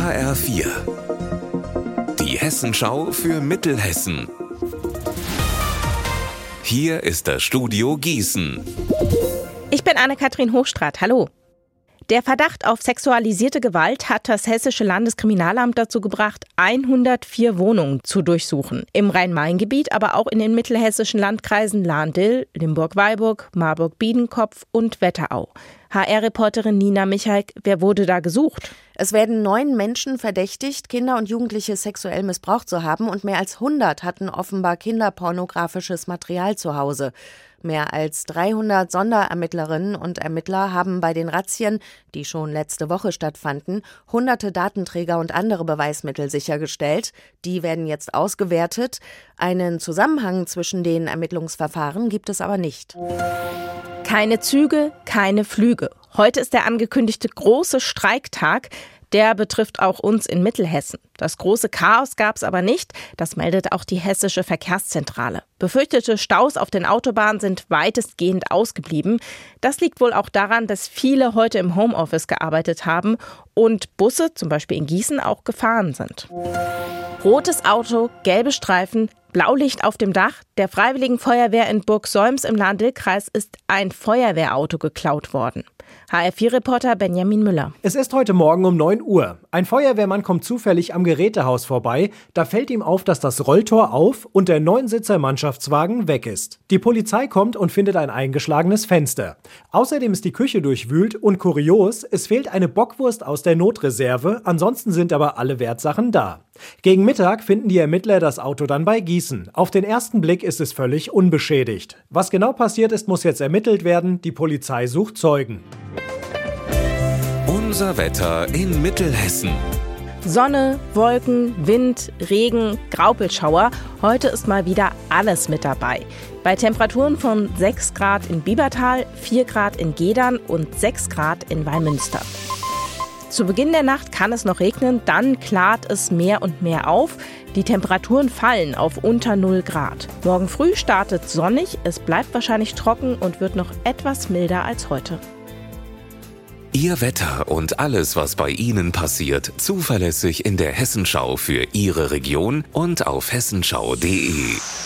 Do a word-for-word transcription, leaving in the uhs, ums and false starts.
H R vier. Die Hessenschau für Mittelhessen. Hier ist das Studio Gießen. Ich bin Anne-Kathrin Hochstraat. Hallo. Der Verdacht auf sexualisierte Gewalt hat das Hessische Landeskriminalamt dazu gebracht, hundertvier Wohnungen zu durchsuchen. Im Rhein-Main-Gebiet, aber auch in den mittelhessischen Landkreisen Lahn-Dill, Limburg-Weilburg, Marburg-Biedenkopf und Wetterau. H R-Reporterin Nina Michalk, wer wurde da gesucht? Es werden neun Menschen verdächtigt, Kinder und Jugendliche sexuell missbraucht zu haben, und mehr als hundert hatten offenbar kinderpornografisches Material zu Hause. Mehr als dreihundert Sonderermittlerinnen und Ermittler haben bei den Razzien, die schon letzte Woche stattfanden, hunderte Datenträger und andere Beweismittel sichergestellt. Die werden jetzt ausgewertet. Einen Zusammenhang zwischen den Ermittlungsverfahren gibt es aber nicht. Keine Züge, keine Flüge. Heute ist der angekündigte große Streiktag. Der betrifft auch uns in Mittelhessen. Das große Chaos gab es aber nicht. Das meldet auch die Hessische Verkehrszentrale. Befürchtete Staus auf den Autobahnen sind weitestgehend ausgeblieben. Das liegt wohl auch daran, dass viele heute im Homeoffice gearbeitet haben und Busse, zum Beispiel in Gießen, auch gefahren sind. Rotes Auto, gelbe Streifen, Blaulicht auf dem Dach. Der Freiwilligen Feuerwehr in Burgsäums im Lahn-Dill-Kreis ist ein Feuerwehrauto geklaut worden. H R vier-Reporter Benjamin Müller. Es ist heute Morgen um neun Uhr. Ein Feuerwehrmann kommt zufällig am Gerätehaus vorbei. Da fällt ihm auf, dass das Rolltor auf und der Neunsitzer-Mannschaftswagen weg ist. Die Polizei kommt und findet ein eingeschlagenes Fenster. Außerdem ist die Küche durchwühlt und kurios, es fehlt eine Bockwurst aus der Notreserve. Ansonsten sind aber alle Wertsachen da. Gegen Mittag finden die Ermittler das Auto dann bei Gießen. Auf den ersten Blick ist es völlig unbeschädigt. Was genau passiert ist, muss jetzt ermittelt werden. Die Polizei sucht Zeugen. Unser Wetter in Mittelhessen. Sonne, Wolken, Wind, Regen, Graupelschauer. Heute ist mal wieder alles mit dabei. Bei Temperaturen von sechs Grad in Biebertal, vier Grad in Gedern und sechs Grad in Wallmünster. Zu Beginn der Nacht kann es noch regnen, dann klart es mehr und mehr auf. Die Temperaturen fallen auf unter null Grad. Morgen früh startet sonnig, es bleibt wahrscheinlich trocken und wird noch etwas milder als heute. Ihr Wetter und alles, was bei Ihnen passiert, zuverlässig in der Hessenschau für Ihre Region und auf hessenschau punkt de.